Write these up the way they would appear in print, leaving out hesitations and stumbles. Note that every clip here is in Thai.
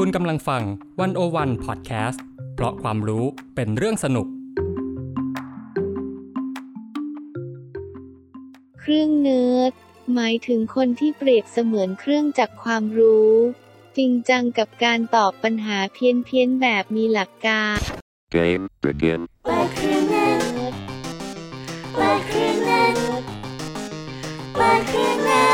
คุณกำลังฟัง101 Podcast เพราะความรู้เป็นเรื่องสนุกเครื่องเนิร์ดหมายถึงคนที่เปรียบเสมือนเครื่องจักรความรู้จริงจังกับการตอบปัญหาเพี้ยนๆแบบมีหลักการ Game begin เปิดเครื่องเนิร์ดเปิดเครื่องเนิร์ดเปิดเครื่องเนิร์ด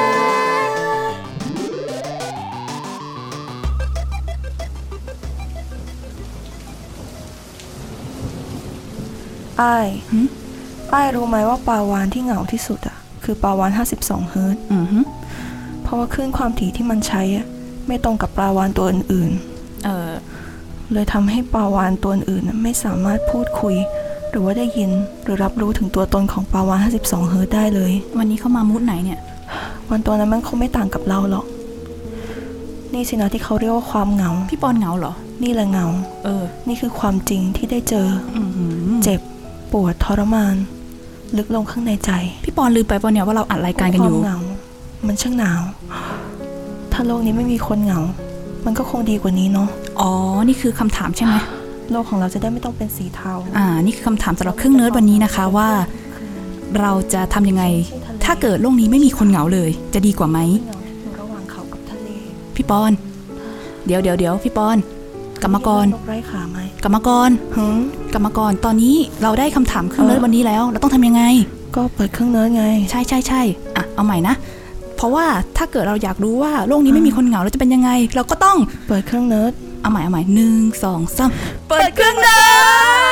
อ้ายรู้ไหมว่าปลาวาฬที่เหงาที่สุดอ่ะคือปลาวาฬ52 เฮิรตซ์เพราะว่าคลื่นความถี่ที่มันใช้อ่ะไม่ตรงกับปลาวาฬตัวอื่นๆเลยทำให้ปลาวาฬตัวอื่นไม่สามารถพูดคุยหรือว่าได้ยินหรือรับรู้ถึงตัวตนของปลาวาฬ52 เฮิรตซ์ได้เลยวันนี้เข้ามามูดไหนเนี่ยวันตัวนั้นมันคงไม่ต่างกับเราหรอกนี่สินะที่เขาเรียกว่าความเหงาพี่ปอนเหงาเหรอนี่แหละเหงานี่คือความจริงที่ได้เจอเจ็บปวดทรมานลึกลงข้างในใจพี่ปอนลืมไปปะเนี่ยว่าเราอัดรายการกันอยู่ความเหงามันช่างหนาวถ้าโลกนี้ไม่มีคนเหงามันก็คงดีกว่านี้เนาะอ๋อนี่คือคำถามใช่ไหมโลกของเราจะได้ไม่ต้องเป็นสีเทานี่คือคำถามสำหรับเครื่องเนิร์ดวันนี้นะคะว่าเราจะทำยังไงถ้าเกิดโลกนี้ไม่มีคนเหงาเลยจะดีกว่าไหมระหว่างเขากับทะเลพี่ปอนเดี๋ยวพี่ปอนกรรมกรไร้ขาไหมกรรมกรตอนนี้เราได้คำถามเครื่องเนิร์ดวันนี้แล้วเราต้องทำยังไงก็เปิดเครื่องเนิร์ดไงใช่เอาใหม่นะเพราะว่าถ้าเกิดเราอยากรู้ว่าโลกนี้ไม่มีคนเหงาเราจะเป็นยังไงเราก็ต้องเปิดเครื่องเนิร์ดเอาใหม่1 2 3เปิดเครื่องเนิร์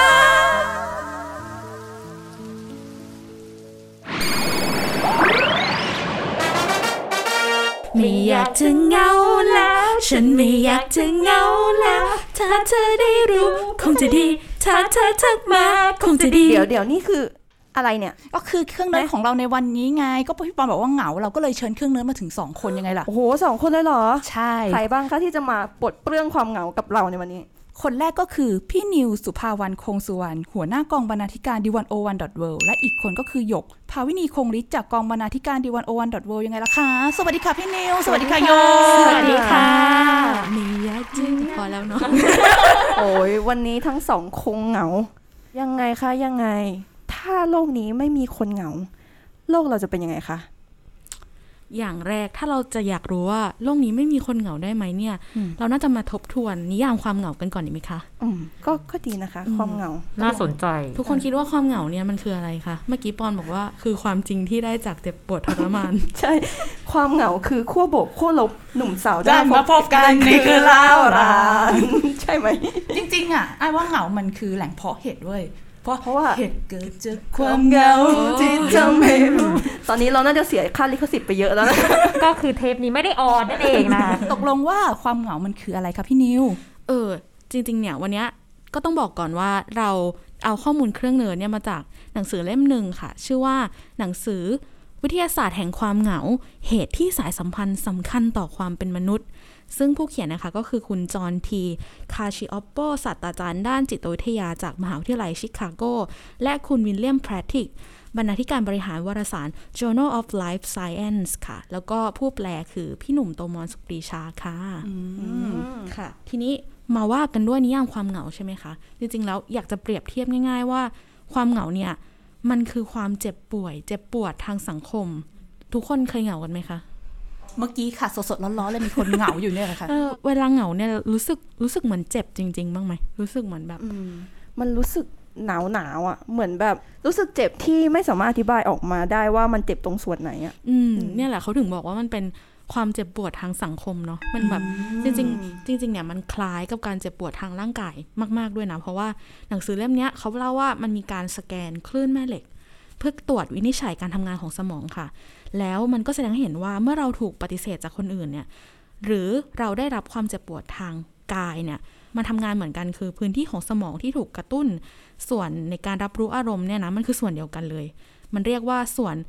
ดไม่อยากจะเหงาแล้วฉันไม่อยากจะเหงาแล้วถ้าเธอได้รู้คงจะดีถ้าเธอทักมาคงจะดีเดี๋ยวนี่คืออะไรเนี่ยก็คือเครื่องเนิร์ดของเราในวันนี้ไงก็พี่ปอนบอกว่าเหงาเราก็เลยเชิญเครื่องเนิร์ดมาถึง2คนยังไงล่ะโอ้โห2คนเลยเหรอใช่ใครบ้างคะที่จะมาปลดเปลื้องความเหงากับเราในวันนี้คนแรกก็คือพี่นิวสุภาวรรณคงสุวรรณหัวหน้ากองบรรณาธิการ d101.world และอีกคนก็คือหยกภาวินีคงฤทธิ์จากกองบรรณาธิการ d101.world ยังไงล่ะคะสวัสดีค่ะพี่นิวสวัสดีค่ะโยสวัสดีค่ะมียาจริงพอแล้วเนาะโอ้ยวันนี้ทั้งสองคงเหงายังไงคะยังไงถ้าโลกนี้ไม่มีคนเหงาโลกเราจะเป็นยังไงคะอย่างแรกถ้าเราจะอยากรู้ว่าโลกนี้ไม่มีคนเหงาได้ไหมเนี่ยเราน่าจะมาทบทวนนิยามความเหงากันก่อนดีไหมคะก็ดีนะคะความเหงาน่าสนใจทุกคนคิดว่าความเหงาเนี่ยมันคืออะไรคะเมื่อกี้ปอนบอกว่าคือความจริงที่ได้จากเจ็บปวดทรมานใช่ความเหงาคือขั้วบวกขั้วลบหนุ่มสาวได้มาพบกันนี่คือเล่าร้านใช่ไหมจริงๆไอ้ว่าเหงามันคือแหล่งเพาะเห็ดด้วยเพราะว่าเหตุเกิดจากความเหงาที่ทำให้รู้ตอนนี้เราน่าจะเสียค่าลิขสิทธิ์ไปเยอะแล้วนะก็คือเทปนี้ไม่ได้ออนนั่นเองนะตกลงว่าความเหงามันคืออะไรคะพี่นิวจริงๆเนี่ยวันนี้ก็ต้องบอกก่อนว่าเราเอาข้อมูลเครื่องเนิร์ดเนี่ยมาจากหนังสือเล่มหนึ่งค่ะชื่อว่าหนังสือวิทยาศาสตร์แห่งความเหงาเหตุที่สายสัมพันธ์สำคัญต่อความเป็นมนุษย์ซึ่งผู้เขียนนะคะก็คือคุณจอห์นทีคาชิออปโปศาสตราจารย์ด้านจิตวิทยาจากมหาวิทยาลัยชิคาโกและคุณวิลเลียมแพรติกบรรณาธิการบริหารวารสาร Journal of Life Science ค่ะแล้วก็ผู้แปลคือพี่หนุ่มโตมรสุขปรีชาค่ะค่ะทีนี้มาว่ากันด้วยนิยามความเหงาใช่ไหมคะจริงๆแล้วอยากจะเปรียบเทียบง่ายๆว่าความเหงาเนี่ยมันคือความเจ็บปวดทางสังคมทุกคนเคยเหงากันไหมคะเมื่อกี้ค่ะสดๆร้อนๆเลยมีคนเหงาอยู่เนี่ยค่ะเวลาเหงาเนี่ยรู้สึกเหมือนเจ็บจริงๆบ้างไหมรู้สึกเหมือนแบบมันรู้สึกหนาวอ่ะเหมือนแบบรู้สึกเจ็บที่ไม่สามารถอธิบายออกมาได้ว่ามันเจ็บตรงส่วนไหนอ่ะเนี่ยแหละเขาถึงบอกว่ามันเป็นความเจ็บปวดทางสังคมเนาะมันแบบจริงเนี่ยมันคล้ายกับการเจ็บปวดทางร่างกายมากๆด้วยนะเพราะว่าหนังสือเล่มนี้เขาเล่าว่ามันมีการสแกนคลื่นแม่เหล็กเพื่อตรวจวินิจฉัยการทำงานของสมองค่ะแล้วมันก็แสดงให้เห็นว่าเมื่อเราถูกปฏิเสธจากคนอื่นเนี่ยหรือเราได้รับความเจ็บปวดทางกายเนี่ยมันทำงานเหมือนกันคือพื้นที่ของสมองที่ถูกกระตุ้นส่วนในการรับรู้อารมณ์เนี่ยนะมันคือส่วนเดียวกันเลยมันเรียกว่าส่วน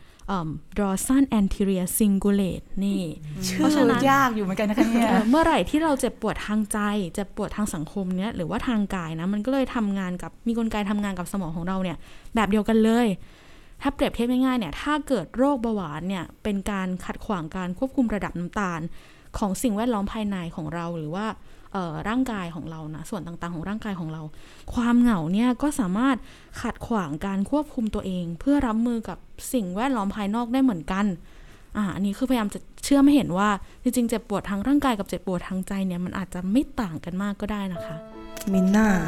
dorsal anterior cingulate นี่เพราะฉะนั้นยากอยู่เหมือนกันนะคะเนี่ยเมื่อไหร่ที่เราเจ็บปวดทางใจเจ็บปวดทางสังคมเนี่ยหรือว่าทางกายนะมันก็เลยทำงานกับมีกลไกทำงานกับสมองของเราเนี่ยแบบเดียวกันเลยถ้าเปรียบเทียบง่ายๆเนี่ยถ้าเกิดโรคเบาหวานเนี่ยเป็นการขัดขวางการควบคุมระดับน้ำตาลของสิ่งแวดล้อมภายในของเราหรือว่าร่างกายของเรานะส่วนต่างๆของร่างกายของเราความเหงาเนี่ยก็สามารถขัดขวางการควบคุมตัวเองเพื่อรับมือกับสิ่งแวดล้อมภายนอกได้เหมือนกันอันนี้คือพยายามจะเชื่อมให้เห็นว่าจริงๆเจ็บปวดทางร่างกายกับเจ็บปวดทางใจเนี่ยมันอาจจะไม่ต่างกันมากก็ได้นะคะมินน่า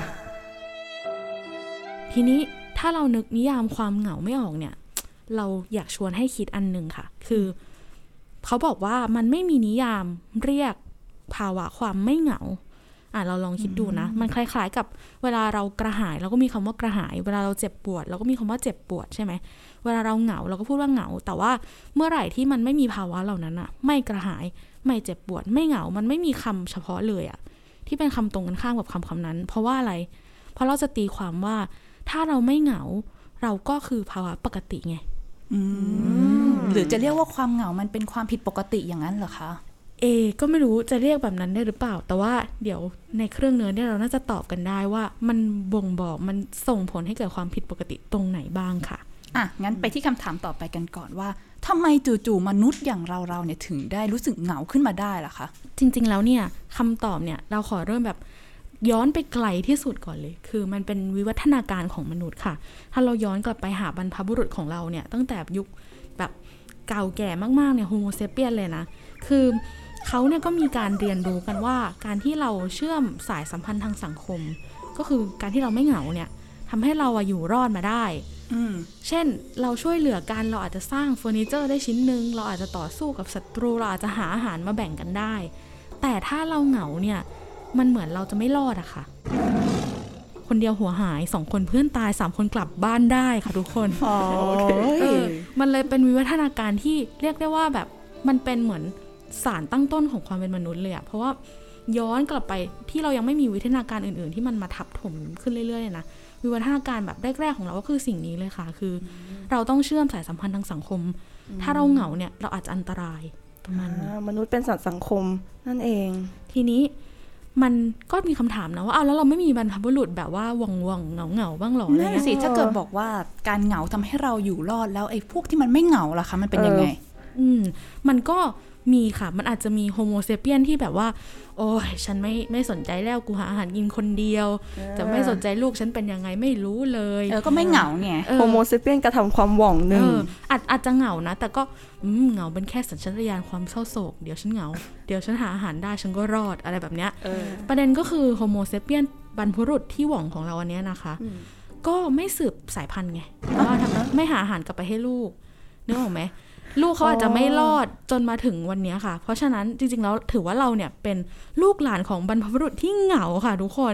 ทีนี้ถ้าเรานึกนิยามความเหงาไม่ออกเนี่ยเราอยากชวนให้คิดอันนึงค่ะคือเขาบอกว่ามันไม่มีนิยามเรียกภาวะความไม่เหงาเราลองคิดดูนะมันคล้ายๆกับเวลาเรากระหายเราก็มีคำว่ากระหายเวลาเราเจ็บปวดเราก็มีคำว่าเจ็บปวดใช่ไหมเวลาเราเหงาเราก็พูดว่าเหงาแต่ว่าเมื่อไหร่ที่มันไม่มีภาวะเหล่านั้นอะไม่กระหายไม่เจ็บปวดไม่เหงามันไม่มีคำเฉพาะเลยอะที่เป็นคำตรงกันข้ามกับคำนั้นเพราะว่าอะไรเพราะเราจะตีความว่าถ้าเราไม่เหงาเราก็คือภาวะปกติไงหรือจะเรียกว่าความเหงามันเป็นความผิดปกติอย่างนั้นเหรอคะก็ไม่รู้จะเรียกแบบนั้นได้หรือเปล่าแต่ว่าเดี๋ยวในเครื่องเนื้อเนี่ยเราน่าจะตอบกันได้ว่ามันบ่งบอกมันส่งผลให้เกิดความผิดปกติตรงไหนบ้างค่ะงั้นไปที่คำถามต่อไปกันก่อนว่าทำไมจู่ๆมนุษย์อย่างเราเนี่ยถึงได้รู้สึกเหงาขึ้นมาได้ล่ะคะจริงๆแล้วเนี่ยคำตอบเนี่ยเราขอเริ่มแบบย้อนไปไกลที่สุดก่อนเลยคือมันเป็นวิวัฒนาการของมนุษย์ค่ะถ้าเราย้อนกลับไปหาบรรพบุรุษของเราเนี่ยตั้งแต่ยุคแบบเก่าแก่มากๆเนี่ยโฮโมเซเปียนเลยนะคือเขาเนี่ยก็มีการเรียนรู้กันว่าการที่เราเชื่อมสายสัมพันธ์ทางสังคมก็คือการที่เราไม่เหงาเนี่ยทำให้เราอยู่รอดมาได้เช่นเราช่วยเหลือกันเราอาจจะสร้างเฟอร์นิเจอร์ได้ชิ้นนึงเราอาจจะต่อสู้กับศัตรูเราอาจจะหาอาหารมาแบ่งกันได้แต่ถ้าเราเหงาเนี่ยมันเหมือนเราจะไม่รอดอะค่ะคนเดียวหัวหาย2คนเพื่อนตาย3คนกลับบ้านได้ค่ะทุกคนมันเลยเป็นวิวัฒนาการที่เรียกได้ว่าแบบมันเป็นเหมือนสารตั้งต้นของความเป็นมนุษย์เลยอะเพราะว่าย้อนกลับไปที่เรายังไม่มีวิวัฒนาการอื่นๆที่มันมาทับถมขึ้นเรื่อยๆนะวิวัฒนาการแบบแรกๆของเราก็คือสิ่งนี้เลยค่ะคือเราต้องเชื่อมสายสัมพันธ์ทางสังคมถ้าเราเหงาเนี่ยเราอาจจะอันตรายประมาณนี้มนุษย์เป็นสัตว์สังคมนั่นเองทีนี้มันก็มีคำถามนะว่าแล้วเราไม่มีบรรพบุรุษแบบว่าว่างๆเหงาบ้างหรออะไรเงี้ยสิถ้าเกิดบอกว่าการเหงาทำให้เราอยู่รอดแล้วไอ้พวกที่มันไม่เหงาล่ะคะมันเป็นยังไงมันก็มีค่ะมันอาจจะมีโฮโมเซเปียนที่แบบว่าโอ้ยฉันไม่สนใจแล้วกูหาอาหารกินคนเดียวจะไม่สนใจลูกฉันเป็นยังไงไม่รู้เลยก็ไม่เหงาไงโฮโมเซเปียนกระทำความหวังนึงอาจจะเหงานะแต่ก็เหงาเป็นแค่สัญชาตญาณความเศร้าโศกเดี๋ยวฉันเหงาเดี๋ยวฉันหาอาหารได้ฉันก็รอดอะไรแบบเนี้ยประเด็นก็คือโฮโมเซเปียนบรรพบุรุษที่หวังของเราอันเนี้ยนะคะก็ไม่สืบสายพันธุ์ไงเพราะว่าไม่หาอาหารกลับไปให้ลูกนึกออกไหมลูกเขาอาจจะไม่รอดจนมาถึงวันนี้ค่ะเพราะฉะนั้นจริงๆแล้วถือว่าเราเนี่ยเป็นลูกหลานของบรรพบุรุษที่เหงาค่ะทุกคน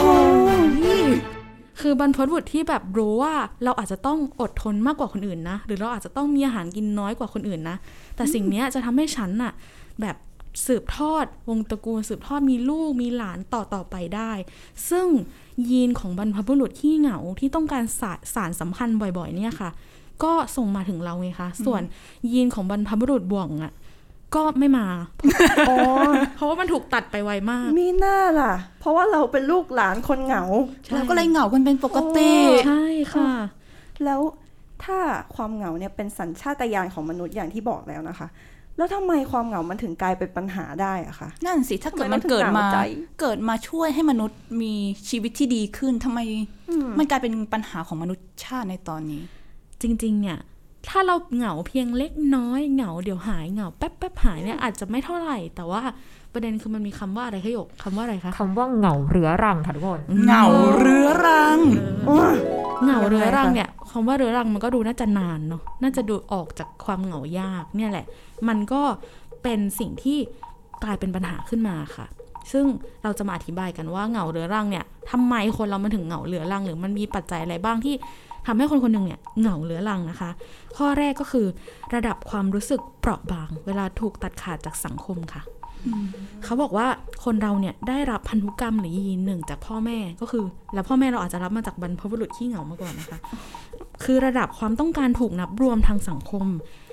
คือบรรพบุรุษที่แบบรู้ว่าเราอาจจะต้องอดทนมากกว่าคนอื่นนะหรือเราอาจจะต้องมีอาหารกินน้อยกว่าคนอื่นนะแต่สิ่งนี้จะทำให้ฉันน่ะแบบสืบทอดวงตระกูลสืบทอดมีลูกมีหลานต่อไปได้ซึ่งยีนของบรรพบุรุษที่เหงาที่ต้องการสารสัมพันธ์บ่อยๆเนี่ยค่ะก็ส่งมาถึงเราไงคะส่วนยีนของบรรพบุรุษบ่วงอ่ะก็ไม่มาเพราะว่ามันถูกตัดไปไวมากมีหน้าล่ะเพราะว่าเราเป็นลูกหลานคนเหงาเราก็เลยเหงากันเป็นปกติใช่ค่ะแล้วถ้าความเหงาเนี่ยเป็นสัญชาตญาณของมนุษย์อย่างที่บอกแล้วนะคะแล้วทำไมความเหงามันถึงกลายเป็นปัญหาได้อะคะนั่นสิถ้าเกิดมันเกิดมาช่วยให้มนุษย์มีชีวิตที่ดีขึ้นทำไมมันกลายเป็นปัญหาของมนุษยชาติในตอนนี้จริงๆเนี่ยถ้าเราเหงาเพียงเล็กน้อยเหงาเดี๋ยวหายเหงาแป๊บๆหายเนี่ยอาจจะไม่เท่าไหร่แต่ว่าประเด็นคือมันมีคำว่าอะไรคะหยกคำว่าอะไรคะคำว่าเหงาเรื้อรังค่ะทุกคนเหงาเรื้อรังเหงาเรื้อรังเนี่ยคำว่าเรื้อรังมันก็ดูน่าจะนานเนาะน่าจะดูออกจากความเหงายากเนี่ยแหละมันก็เป็นสิ่งที่กลายเป็นปัญหาขึ้นมาค่ะซึ่งเราจะมาอธิบายกันว่าเหงาเรื้อรังเนี่ยทำไมคนเรามันถึงเหงาเรื้อรังหรือมันมีปัจจัยอะไรบ้างที่ทำให้คนคนหนึ่งเนี่ยเหงาเรื้อรังนะคะข้อแรกก็คือระดับความรู้สึกเปราะบางเวลาถูกตัดขาดจากสังคมค่ะเขาบอกว่าคนเราเนี่ยได้รับพันธุกรรมหรือยีนหนึ่งจากพ่อแม่ก็คือแล้วพ่อแม่เราอาจจะรับมาจากบรรพบุรุษขี้เหงามาก่อนนะคะคือระดับความต้องการถูกนับรวมทางสังคม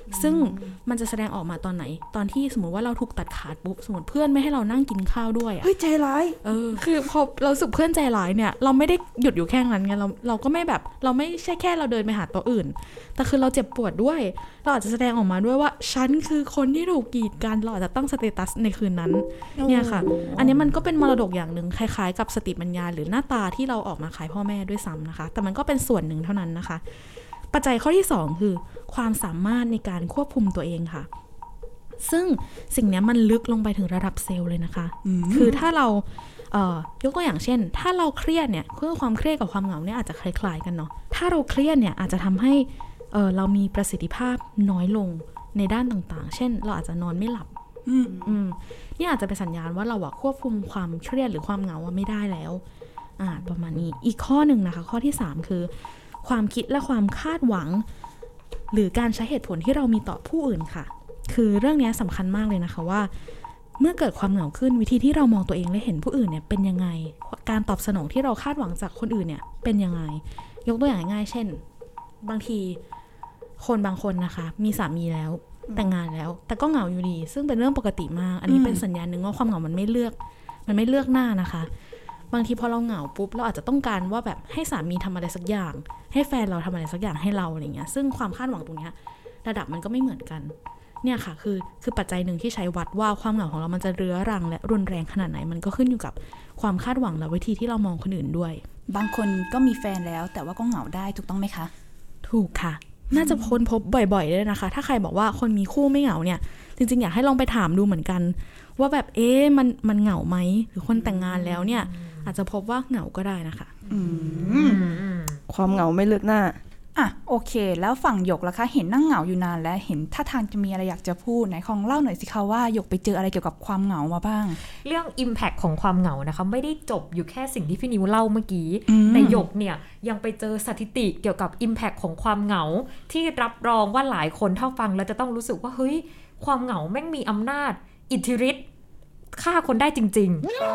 ซึ่งมันจะแสดงออกมาตอนไหนตอนที่สมมติว่าเราถูกตัดขาดปุ๊บสมมติเพื่อนไม่ให้เรานั่งกินข้าวด้วยเฮ้ยใจร้ายคือพอเราสึกเพื่อนใจร้ายเนี่ยเราไม่ได้หยุดอยู่แค่นั้นไงเราก็ไม่แบบเราไม่ใช่แค่เราเดินไปหาโต๊ะอื่นแต่คือเราเจ็บปวดด้วยเราอาจจะแสดงออกมาด้วยว่าฉันคือคนที่ถูกกีดกันเราอาจจะตั้งสเตตัสในคืนนั้นเนี่ยค่ะอันนี้มันก็เป็นมรดกอย่างนึงคล้ายๆกับสติปัญญาหรือหน้าตาที่เราออกมาขายพ่อแม่ด้วยซ้ำนะคะแต่มันก็เป็นส่วนหนึ่งเท่านั้นนะคะปัจจัยข้อที่2คือความสามารถในการควบคุมตัวเองค่ะซึ่งสิ่งนี้มันลึกลงไปถึงระดับเซลล์เลยนะคะคือถ้าเรายกตัวอย่างเช่นถ้าเราเครียดเนี่ยคือความเครียดกับความเหงาเนี่ยอาจจะคล้ายๆกันเนาะถ้าเราเครียดเนี่ยอาจจะทำให้เรามีประสิทธิภาพน้อยลงในด้านต่างๆเช่นเราอาจจะนอนไม่หลับนี่อาจจะเป็นสัญญาณว่าเราควบคุมความเครียดหรือความเหงาไม่ได้แล้วประมาณนี้อีกข้อหนึ่งนะคะข้อที่3คือความคิดและความคาดหวังหรือการใช้เหตุผลที่เรามีต่อผู้อื่นค่ะคือเรื่องนี้สำคัญมากเลยนะคะว่าเมื่อเกิดความเหงาขึ้นวิธีที่เรามองตัวเองและเห็นผู้อื่นเนี่ยเป็นยังไงการตอบสนองที่เราคาดหวังจากคนอื่นเนี่ยเป็นยังไงยกตัวอย่างง่ายเช่นบางทีคนบางคนนะคะมีสามีแล้วแต่งงานแล้วแต่ก็เหงาอยู่ดีซึ่งเป็นเรื่องปกติมากอันนี้เป็นสัญญาณหนึ่งว่าความเหงามันไม่เลือกหน้านะคะบางทีพอเราเหงาปุ๊บเราอาจจะต้องการว่าแบบให้สามีทำอะไรสักอย่างให้แฟนเราทำอะไรสักอย่างให้เราอะไรเงี้ยซึ่งความคาดหวังตรงนี้ระดับมันก็ไม่เหมือนกันเนี่ยค่ะคือปัจจัยหนึ่งที่ใช้วัดว่าความเหงาของเรามันจะเรื้อรังและรุนแรงขนาดไหนมันก็ขึ้นอยู่กับความคาดหวังและวิธีที่เรามองคนอื่นด้วยบางคนก็มีแฟนแล้วแต่ว่าก็เหงาได้ถูกต้องไหมคะถูกค่ะน่าจะค้นพบบ่อยๆเลยนะคะถ้าใครบอกว่าคนมีคู่ไม่เหงาเนี่ยจริงๆอยากให้ลองไปถามดูเหมือนกันว่าแบบมันเหงาไหมหรือคนแต่งงานแล้วเนี่ยอาจจะพบว่าเหงาก็ได้นะคะความเหงาไม่เลือกหน้าโอเคแล้วฝั่งหยกล่ะคะเห็นนั่งเหงาอยู่นานแล้วเห็นท่าทางจะมีอะไรอยากจะพูดไหนของเล่าหน่อยสิคะว่าหยกไปเจออะไรเกี่ยวกับความเหงามาบ้างเรื่อง impact ของความเหงานะคะไม่ได้จบอยู่แค่สิ่งที่พี่นิวเล่าเมื่อกี้ในหยกเนี่ยยังไปเจอสถิติเกี่ยวกับ impact ของความเหงาที่รับรองว่าหลายคนถ้าฟังแล้วจะต้องรู้สึกว่าเฮ้ยความเหงาแม่งมีอำนาจอิทธิฤทธิ์ฆ่าคนได้จริง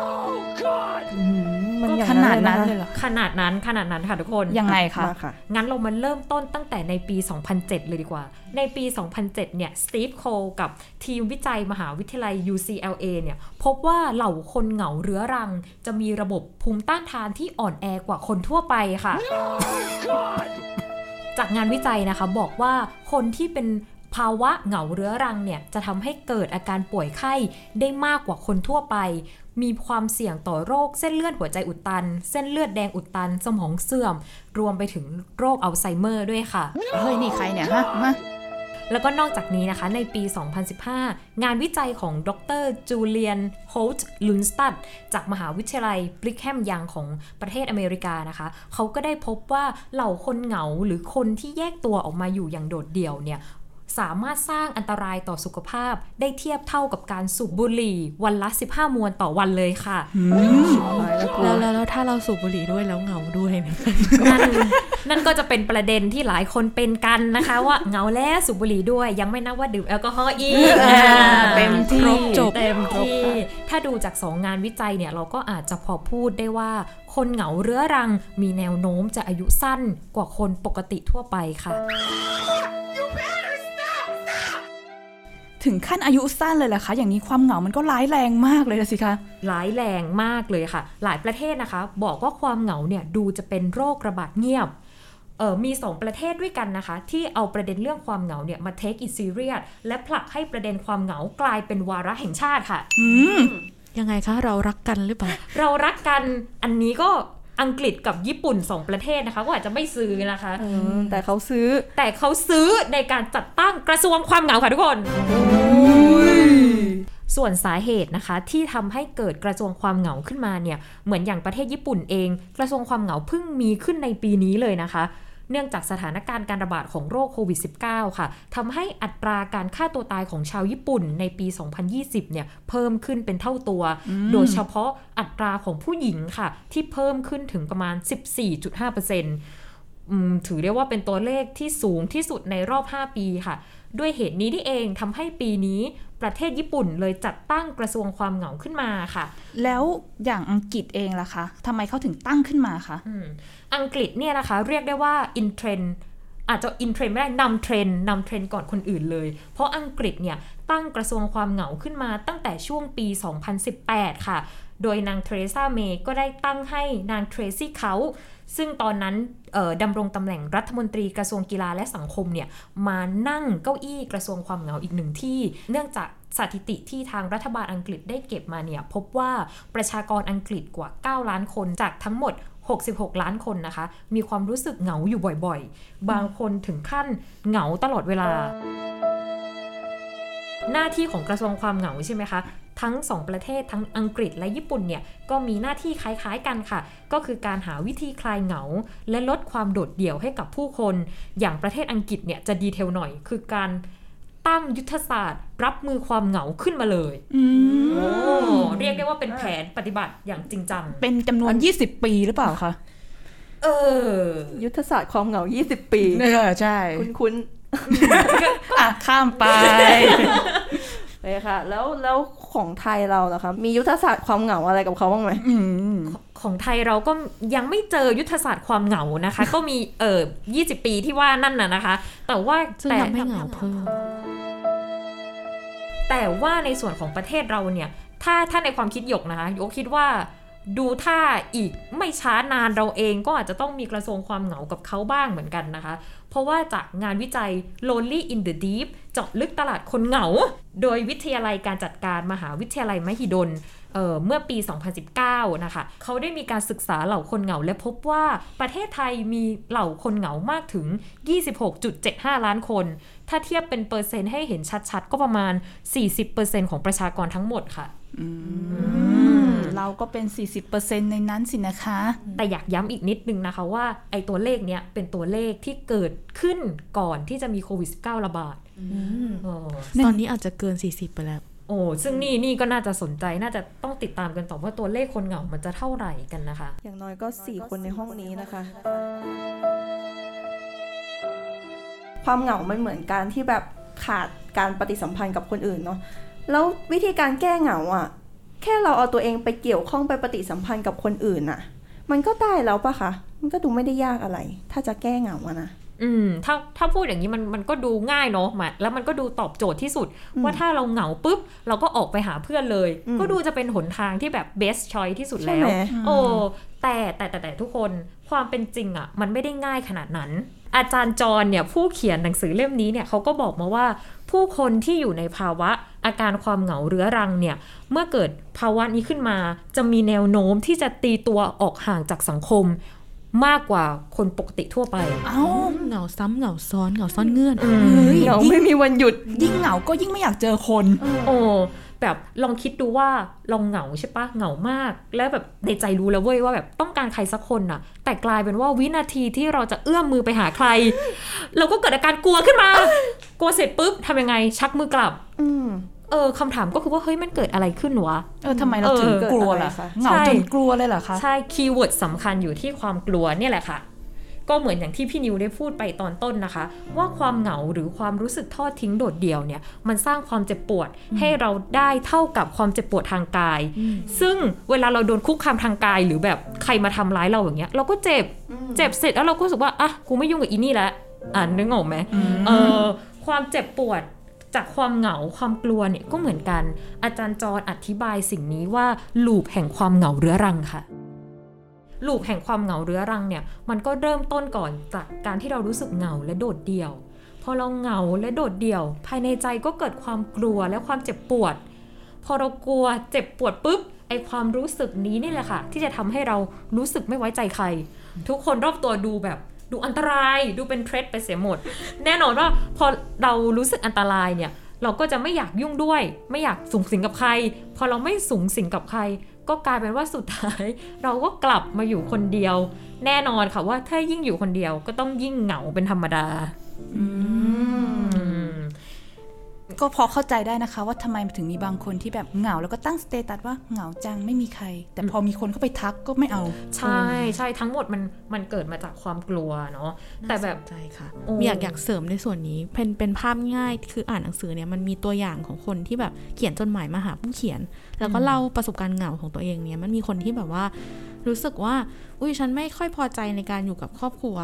ๆมันขนาดนั้นเลยเหรอขนาดนั้นค่ะทุกคนยังไงคะงั้นเรามาเริ่มต้นตั้งแต่ในปี 2007 เลยดีกว่าในปี 2007 เนี่ยสตีฟโคลกับทีมวิจัยมหาวิทยาลัย UCLA เนี่ยพบว่าเหล่าคนเหงาเรื้อรังจะมีระบบภูมิต้านทานที่อ่อนแอกว่าคนทั่วไปค่ะ จากงานวิจัยนะคะบอกว่าคนที่เป็นภาวะเหงาเรื้อรังเนี่ยจะทำให้เกิดอาการป่วยไข้ได้มากกว่าคนทั่วไปมีความเสี่ยงต่อโรคเส้นเลือดหัวใจอุดตันเส้นเลือดแดงอุดตันสมองเสื่อมรวมไปถึงโรคอัลไซเมอร์ด้วยค่ะเฮ้ยนี่ใครเนี่ยฮะมาแล้วก็นอกจากนี้นะคะในปี 2015 งานวิจัยของดร.จูเลียน โฮลต์ ลุนสตัดจากมหาวิทยาลัยบริกแฮมยังของประเทศอเมริกานะคะเขาก็ได้พบว่าเหล่าคนเหงาหรือคนที่แยกตัวออกมาอยู่อย่างโดดเดี่ยวเนี่ยสามารถสร้างอันตรายต่อสุขภาพได้เทียบเท่ากับการสูบบุหรี่วันละ15มวนต่อวันเลยค่ะแล้วถ้าเราสูบบุหรี่ด้วยแล้วเหงาด้วยนั่นก็จะเป็นประเด็นที่หลายคนเป็นกันนะคะว่าเหงาแล้วสูบบุหรี่ด้วยยังไม่นับว่าดื่มแอลกอฮอล์อีกเต็มที่เต็มที่ถ้าดูจาก2งานวิจัยเนี่ยเราก็อาจจะพอพูดได้ว่าคนเหงาเรื้อรังมีแนวโน้มจะอายุสั้นกว่าคนปกติทั่วไปค่ะถึงขั้นอายุสั้นเลยแหละคะอย่างนี้ความเหงามันก็ร้ายแรงมากเลยสิคะร้ายแรงมากเลยค่ะหลายประเทศนะคะบอกว่าความเหงาเนี่ยดูจะเป็นโรคระบาดเงียบมี2ประเทศด้วยกันนะคะที่เอาประเด็นเรื่องความเหงาเนี่ยมา take it serious และผลักให้ประเด็นความเหงากลายเป็นวาระแห่งชาติค่ะยังไงคะเรารักกันหรือเปล่าเรารักกันอันนี้ก็อังกฤษกับญี่ปุ่น2ประเทศนะคะก็อาจจะไม่ซื้อนะคะแต่เขาซื้อในการจัดตั้งกระทรวงความเหงาค่ะทุกคนส่วนสาเหตุนะคะที่ทำให้เกิดกระทรวงความเหงาขึ้นมาเนี่ยเหมือนอย่างประเทศญี่ปุ่นเองกระทรวงความเหงาเพิ่งมีขึ้นในปีนี้เลยนะคะเนื่องจากสถานการณ์การระบาดของโรคโควิด -19 ค่ะทำให้อัตราการฆ่าตัวตายของชาวญี่ปุ่นในปี 2020 เนี่ยเพิ่มขึ้นเป็นเท่าตัวโดยเฉพาะอัตราของผู้หญิงค่ะที่เพิ่มขึ้นถึงประมาณ 14.5%ถือได้ว่าเป็นตัวเลขที่สูงที่สุดในรอบ5ปีค่ะด้วยเหตุนี้ที่เองทำให้ปีนี้ประเทศญี่ปุ่นเลยจัดตั้งกระทรวงความเหงาขึ้นมาค่ะแล้วอย่างอังกฤษเองล่ะคะทำไมเขาถึงตั้งขึ้นมาคะอังกฤษเนี่ยนะคะเรียกได้ว่า in trend อาจจะอินเทรนด์ไม่ได้นำเทรนด์ก่อนคนอื่นเลยเพราะอังกฤษเนี่ยตั้งกระทรวงความเหงาขึ้นมาตั้งแต่ช่วงปี 2018 ค่ะโดยนางเทเรซาเมย์ก็ได้ตั้งให้นางเทรซี่เขาซึ่งตอนนั้นดำรงตำแหน่งรัฐมนตรีกระทรวงกีฬาและสังคมเนี่ยมานั่งเก้าอี้กระทรวงความเหงาอีกหนึ่งที่เนื่องจากสถิติที่ทางรัฐบาลอังกฤษได้เก็บมาเนี่ยพบว่าประชากรอังกฤษกว่า9ล้านคนจากทั้งหมด66ล้านคนนะคะมีความรู้สึกเหงาอยู่บ่อยๆบางคนถึงขั้นเหงาตลอดเวลาหน้าที่ของกระทรวงความเหงาใช่ไหมคะทั้ง2ประเทศทั้งอังกฤษและญี่ปุ่นเนี่ยก็มีหน้าที่คล้ายๆกันค่ะก็คือการหาวิธีคลายเหงาและลดความโดดเดี่ยวให้กับผู้คนอย่างประเทศอังกฤษเนี่ยจะดีเทลหน่อยคือการตั้งยุทธศาสตร์รับมือความเหงาขึ้นมาเลยเรียกได้ว่าเป็นแผนปฏิบัติอย่างจริงจังเป็นจำนวน20ปีหรือเปล่าคะยุทธศาสตร์ความเหงา20ปีใช่คุ้นข้ามไปเลยค่ะแล้วของไทยเราล่ะคะมียุทธศาสตร์ความเหงาอะไรกับเขาบ้างไหมของไทยเราก็ยังไม่เจอยุทธศาสตร์ความเหงานะคะก็มี20ปีที่ว่านั่นน่ะนะคะแต่ว่าแต่ไม่เหงาเพิ่มแต่ว่าในส่วนของประเทศเราเนี่ยถ้าในความคิดหยกนะคะหยกคิดว่าดูถ้าอีกไม่ช้านานเราเองก็อาจจะต้องมีกระทรวงความเหงากับเขาบ้างเหมือนกันนะคะเพราะว่าจากงานวิจัย Lonely in the Deep เจาะลึกตลาดคนเหงาโดยวิทยาลัยการจัดการมหาวิทยาลัยมหิดลเมื่อปี 2019 นะคะเขาได้มีการศึกษาเหล่าคนเหงาและพบว่าประเทศไทยมีเหล่าคนเหงามากถึง 26.75 ล้านคนถ้าเทียบเป็นเปอร์เซ็นต์ให้เห็นชัดๆก็ประมาณ 40% ของประชากรทั้งหมดค่ะเราก็เป็น 40% ในนั้นสินะคะแต่อยากย้ำอีกนิดนึงนะคะว่าไอ้ตัวเลขเนี้ยเป็นตัวเลขที่เกิดขึ้นก่อนที่จะมีโควิด -19 ระบาดตอนนี้อาจจะเกิน40ไปแล้วซึ่งนี่ก็น่าจะสนใจน่าจะต้องติดตามกันต่อว่าตัวเลขคนเหงามันจะเท่าไหร่กันนะคะอย่างน้อยก็4คนในห้องนี้นะคะความเหงามันเหมือนการที่แบบขาดการปฏิสัมพันธ์กับคนอื่นเนาะแล้ววิธีการแก้เหงาอ่ะแค่เราเอาตัวเองไปเกี่ยวข้องไปปฏิสัมพันธ์กับคนอื่นอ่ะมันก็ได้แล้วปะคะมันก็ดูไม่ได้ยากอะไรถ้าจะแก้เหงาอะนะถ้าพูดอย่างนี้มันก็ดูง่ายเนาะแล้วมันก็ดูตอบโจทย์ที่สุดว่าถ้าเราเหงาปุ๊บเราก็ออกไปหาเพื่อนเลยก็ดูจะเป็นหนทางที่แบบ best choice ที่สุดแล้วแต่ทุกคนความเป็นจริงอ่ะมันไม่ได้ง่ายขนาดนั้นอาจารย์จรเนี่ยผู้เขียนหนังสือเล่มนี้เนี่ยเขาก็บอกมาว่าผู้คนที่อยู่ในภาวะอาการความเหงาเรื้อรังเนี่ยเมื่อเกิดภาวะนี้ขึ้นมาจะมีแนวโน้มที่จะตีตัวออกห่างจากสังคมมากกว่าคนปกติทั่วไปเหงาซ้ำเหงาซ้อนเหงาซ่อนเงื่อนเหงาไม่มีวันหยุดยิ่งเหงาก็ยิ่งไม่อยากเจอคนแบบลองคิดดูว่าลองเหงาใช่ปะเหงามากแล้วแบบในใจรู้แล้วเว้ยว่าแบบต้องการใครสักคนน่ะแต่กลายเป็นว่าวินาทีที่เราจะเอื้อมมือไปหาใครเราก็เกิดอาการกลัวขึ้นมากลัวเสร็จปุ๊บทำยังไงชักมือกลับคำถามก็คือว่าเฮ้ยมันเกิดอะไรขึ้นวะทำไมเราถึงกลัวล่ะคะเหงาจนกลัวเลยเหรอคะใช่คีย์เวิร์ดสำคัญอยู่ที่ความกลัวเนี่ยแหละค่ะก็เหมือนอย่างที่พี่นิวได้พูดไปตอนต้นนะคะว่าความเหงาหรือความรู้สึกทอดทิ้งโดดเดี่ยวเนี่ยมันสร้างความเจ็บปวดให้เราได้เท่ากับความเจ็บปวดทางกายซึ่งเวลาเราโดนคุกคามทางกายหรือแบบใครมาทำร้ายเราอย่างเงี้ยเราก็เจ็บเสร็จแล้วเราก็รู้สึกว่าอ่ะกูไม่ยุ่งกับอีนี่แล้วนึกออกไหมความเจ็บปวดจากความเหงาความกลัวเนี่ยก็เหมือนกันอาจารย์จรอธิบายสิ่งนี้ว่าลูปแห่งความเหงาเรื้อรังค่ะลูปแห่งความเหงาเรื้อรังเนี่ยมันก็เริ่มต้นก่อนจากการที่เรารู้สึกเหงาและโดดเดี่ยวพอเราเหงาและโดดเดี่ยวภายในใจก็เกิดความกลัวและความเจ็บปวดพอเรากลัวเจ็บปวดปุ๊บไอความรู้สึกนี้นี่แหละค่ะที่จะทำให้เรารู้สึกไม่ไว้ใจใครทุกคนรอบตัวดูอันตรายดูเป็นเทรดไปเสียหมดแน่นอนว่าพอเรารู้สึกอันตรายเนี่ยเราก็จะไม่อยากยุ่งด้วยไม่อยากสุงสิงกับใครพอเราไม่สุงสิงกับใครก็กลายเป็นว่าสุดท้ายเราก็กลับมาอยู่คนเดียวแน่นอนค่ะว่าถ้ายิ่งอยู่คนเดียวก็ต้องยิ่งเหงาเป็นธรรมดาก็พอเข้าใจได้นะคะว่าทำไมถึงมีบางคนที่แบบเหงาแล้วก็ตั้งสเตตัสว่าเหงาจังไม่มีใครแต่พอมีคนเข้าไปทักก็ไม่เอาใช่ทั้งหมดมันเกิดมาจากความกลัวเนาะแต่แบบใช่ค่ะอยากเสริมในส่วนนี้เป็นภาพง่ายคืออ่านหนังสือเนี่ยมันมีตัวอย่างของคนที่แบบเขียนจดหมายมาหาผู้เขียนแล้วก็เล่าประสบการณ์เหงาของตัวเองเนี่ยมันมีคนที่แบบว่ารู้สึกว่าฉันไม่ค่อยพอใจในการอยู่กับครอบครัว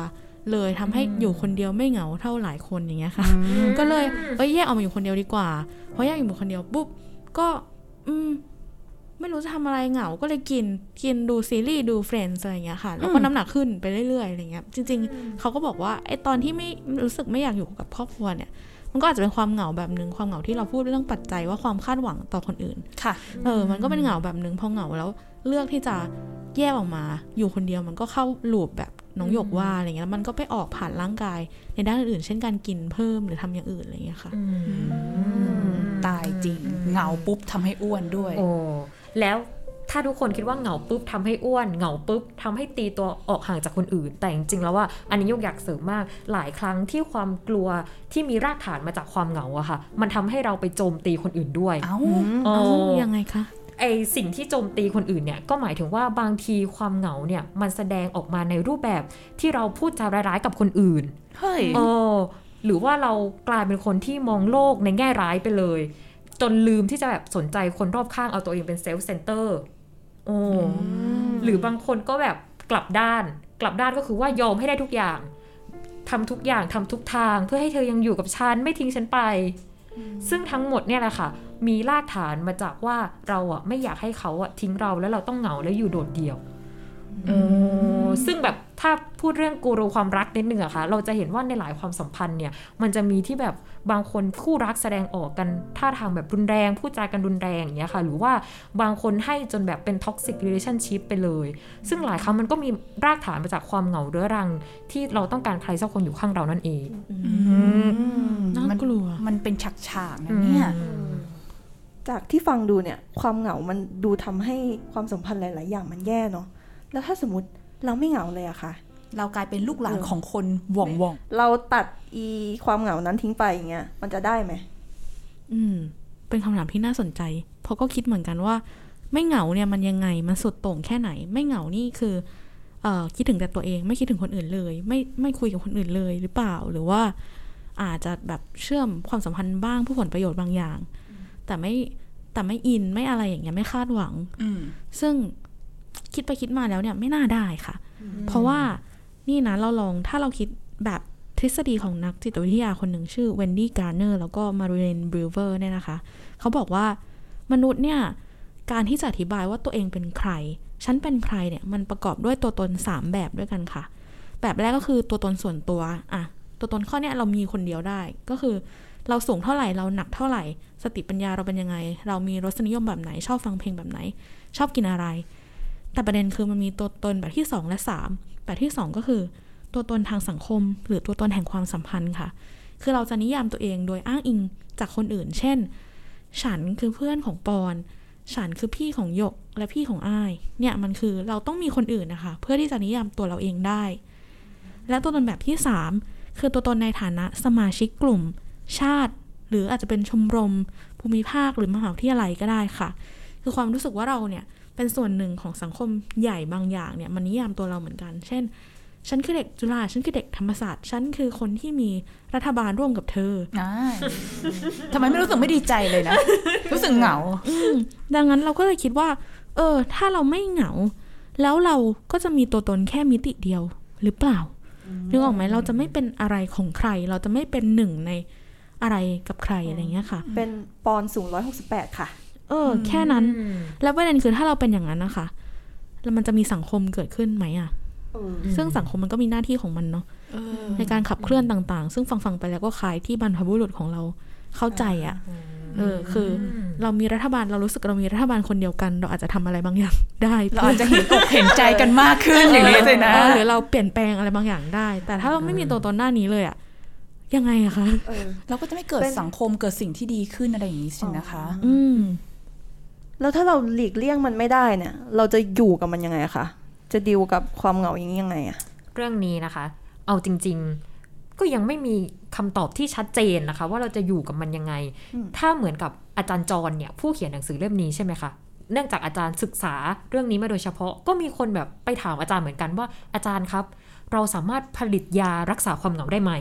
เลยทำให้อยู่คนเดียวไม่เหงาเท่าหลายคนอย่างเงี้ยค่ะก็เลยแยกออกมาอยู่คนเดียวดีกว่าเพราะแยกอยู่คนเดียวปุ๊บก็ไม่รู้จะทำอะไรเหงาก็เลยกินดูซีรีส์ดูเฟรนด์อะไรอย่างเงี้ยค่ะแล้วก็น้ำหนักขึ้นไปเรื่อยๆอะไรเงี้ยจริงๆเขาก็บอกว่าไอ้ตอนที่ไม่รู้สึกไม่อยากอยู่กับครอบครัวเนี่ยมันก็อาจจะเป็นความเหงาแบบนึงความเหงาที่เราพูดเรื่องปัจจัยว่าความคาดหวังต่อคนอื่นค่ะมันก็เป็นเหงาแบบนึงพอเหงาแล้วเลือกที่จะแยกออกมาอยู่คนเดียวมันก็เข้าลูปแบบน้องหยกว่าอะไรเงี้ยมันก็ไปออกผ่านร่างกายในด้านอื่นๆเช่นการกินเพิ่มหรือทำอย่างอื่นอะไรเงี้ยค่ะตายจริงเหงาปุ๊บทำให้อ้วนด้วยโอ้แล้วถ้าทุกคนคิดว่าเหงาปุ๊บทำให้อ้วนเหงาปุ๊บทำให้ตีตัวออกห่างจากคนอื่นแต่จริงๆแล้วว่าอันนี้ยกอยากเสริมมากหลายครั้งที่ความกลัวที่มีรากฐานมาจากความเหงาอะค่ะมันทำให้เราไปโจมตีคนอื่นด้วยยังไงคะไอสิ่งที่โจมตีคนอื่นเนี่ยก็หมายถึงว่าบางทีความเหงาเนี่ยมันแสดงออกมาในรูปแบบที่เราพูดจาร้ายๆกับคนอื่นเฮ้ยหรือว่าเรากลายเป็นคนที่มองโลกในแง่ร้ายไปเลยจนลืมที่จะแบบสนใจคนรอบข้างเอาตัวเองเป็นเซลฟ์เซนเตอร์หรือบางคนก็แบบกลับด้านก็คือว่ายอมให้ได้ทุกอย่างทำทุกอย่างทำทุกทางเพื่อให้เธอยังอยู่กับฉันไม่ทิ้งฉันไปซึ่งทั้งหมดเนี่ยแหละค่ะมีรากฐานมาจากว่าเราอ่ะไม่อยากให้เขาอ่ะทิ้งเราแล้วเราต้องเหงาแล้วอยู่โดดเดี่ยวซึ่งแบบถ้าพูดเรื่องกูรูความรักนิดนึงอะค่ะเราจะเห็นว่าในหลายความสัมพันธ์เนี่ยมันจะมีที่แบบบางคนคู่รักแสดงออกกันท่าทางแบบรุนแรงพูดจากันรุนแรงอย่างเงี้ยค่ะหรือว่าบางคนให้จนแบบเป็น toxic relationship ไปเลยซึ่งหลายครั้งมันก็มีรากฐานมาจากความเหงาเรื้อรังที่เราต้องการใครสักคนอยู่ข้างเรานั่นเองน่ากลัวมันเป็นฉากๆนะเนี่ยจากที่ฟังดูเนี่ยความเหงามันดูทำให้ความสัมพันธ์หลายๆอย่างมันแย่เนาะแล้วถ้าสมมติเราไม่เหงาเลยอะค่ะเรากลายเป็นลูกหลานของคนหว่องเราตัดความเหงานั้นทิ้งไปอย่างเงี้ยมันจะได้ไหมเป็นคำถามที่น่าสนใจเพราะก็คิดเหมือนกันว่าไม่เหงาเนี่ยมันยังไงมันสุดโต่งแค่ไหนไม่เหงานี่คือคิดถึงแต่ตัวเองไม่คิดถึงคนอื่นเลยไม่คุยกับคนอื่นเลยหรือเปล่าหรือว่าอาจจะแบบเชื่อมความสัมพันธ์บ้างเพื่อผลประโยชน์บางอย่างแต่ไม่อินไม่อะไรอย่างเงี้ยไม่คาดหวังซึ่งคิดไปคิดมาแล้วเนี่ยไม่น่าได้ค่ะเพราะว่านี่นะถ้าเราคิดแบบทฤษฎีของนักจิตวิทยาคนหนึ่งชื่อเวนดี้การ์เนอร์แล้วก็มาริเลนบริวเวอร์เนี่ยนะคะเขาบอกว่ามนุษย์เนี่ยการที่จะอธิบายว่าตัวเองเป็นใครฉันเป็นใครเนี่ยมันประกอบด้วยตัวตน3แบบด้วยกันค่ะแบบแรกก็คือตัวตนส่วนตัวตัวตนข้อเนี้ยเรามีคนเดียวได้ก็คือเราสูงเท่าไหร่เราหนักเท่าไหร่สติปัญญาเราเป็นยังไงเรามีรสนิยมแบบไหนชอบฟังเพลงแบบไหนชอบกินอะไรแต่ประเด็นคือมันมีตัวตนแบบที่2และ3แบบที่2ก็คือตัวตนทางสังคมหรือตัวตนแห่งความสัมพันธ์ค่ะคือเราจะนิยามตัวเองโดยอ้างอิงจากคนอื่นเช่นฉันคือเพื่อนของปอนฉันคือพี่ของหยกและพี่ของอ้ายเนี่ยมันคือเราต้องมีคนอื่นนะคะเพื่อที่จะนิยามตัวเราเองได้และตัวตนแบบที่3คือตัวตนในฐานะสมาชิกกลุ่มชาติหรืออาจจะเป็นชมรมภูมิภาคหรือมหาวิทยาลัยก็ได้ค่ะคือความรู้สึกว่าเราเนี่ยเป็นส่วนหนึ่งของสังคมใหญ่บางอย่างเนี่ยมันนิยามตัวเราเหมือนกันเช่นฉันคือเด็กจุฬาฉันคือเด็กธรรมศาสตร์ฉันคือคนที่มีรัฐบาลร่วมกับเธอทำไมไม่รู้สึกไม่ดีใจเลยนะ รู้สึกเหงาดังนั้นเราก็เลยคิดว่าถ้าเราไม่เหงาแล้วเราก็จะมีตัวตนแค่มิติเดียวหรือเปล่านึกออกไหมเราจะไม่เป็นอะไรของใครเราจะไม่เป็นหนึ่งในอะไรกับใครอะไรเงี้ยค่ะเป็นปอนสูง168ค่ะแค่นั้นแล้วประเด็นคือถ้าเราเป็นอย่างนั้นนะคะแล้วมันจะมีสังคมเกิดขึ้นไหมซึ่งสังคมมันก็มีหน้าที่ของมันเนาะในการขับเคลื่อนต่างๆซึ่งฟังไปแล้วก็คล้ายที่บรรพบุรุษของเราเข้าใจคือเรามีรัฐบาลเรารู้สึกเรามีรัฐบาลคนเดียวกันเราอาจจะทำอะไรบางอย่างได้เราอาจจะเห็นอกเห็นใจกันมากขึ้นอย่างนี้เลยนะหรือเราเปลี่ยนแปลงอะไรบางอย่างได้แต่ถ้าเราไม่มีตัวตนหน้านี้เลยยังไงอะคะเราก็จะไม่เกิดสังคมเกิดสิ่งที่ดีขึ้นอะไรอย่างนี้สินะคะแล้วถ้าเราหลีกเลี่ยงมันไม่ได้เนี่ยเราจะอยู่กับมันยังไงคะจะดีลกับความเหงาอย่างนี้ยังไงเรื่องนี้นะคะเอาจริงๆก็ยังไม่มีคำตอบที่ชัดเจนนะคะว่าเราจะอยู่กับมันยังไงถ้าเหมือนกับอาจารย์จรเนี่ยผู้เขียนหนังสือเล่มนี้ใช่ไหมคะเนื่องจากอาจารย์ศึกษาเรื่องนี้มาโดยเฉพาะก็มีคนแบบไปถามอาจารย์เหมือนกันว่าอาจารย์ครับเราสามารถผลิตยารักษาความเหงาได้ไหม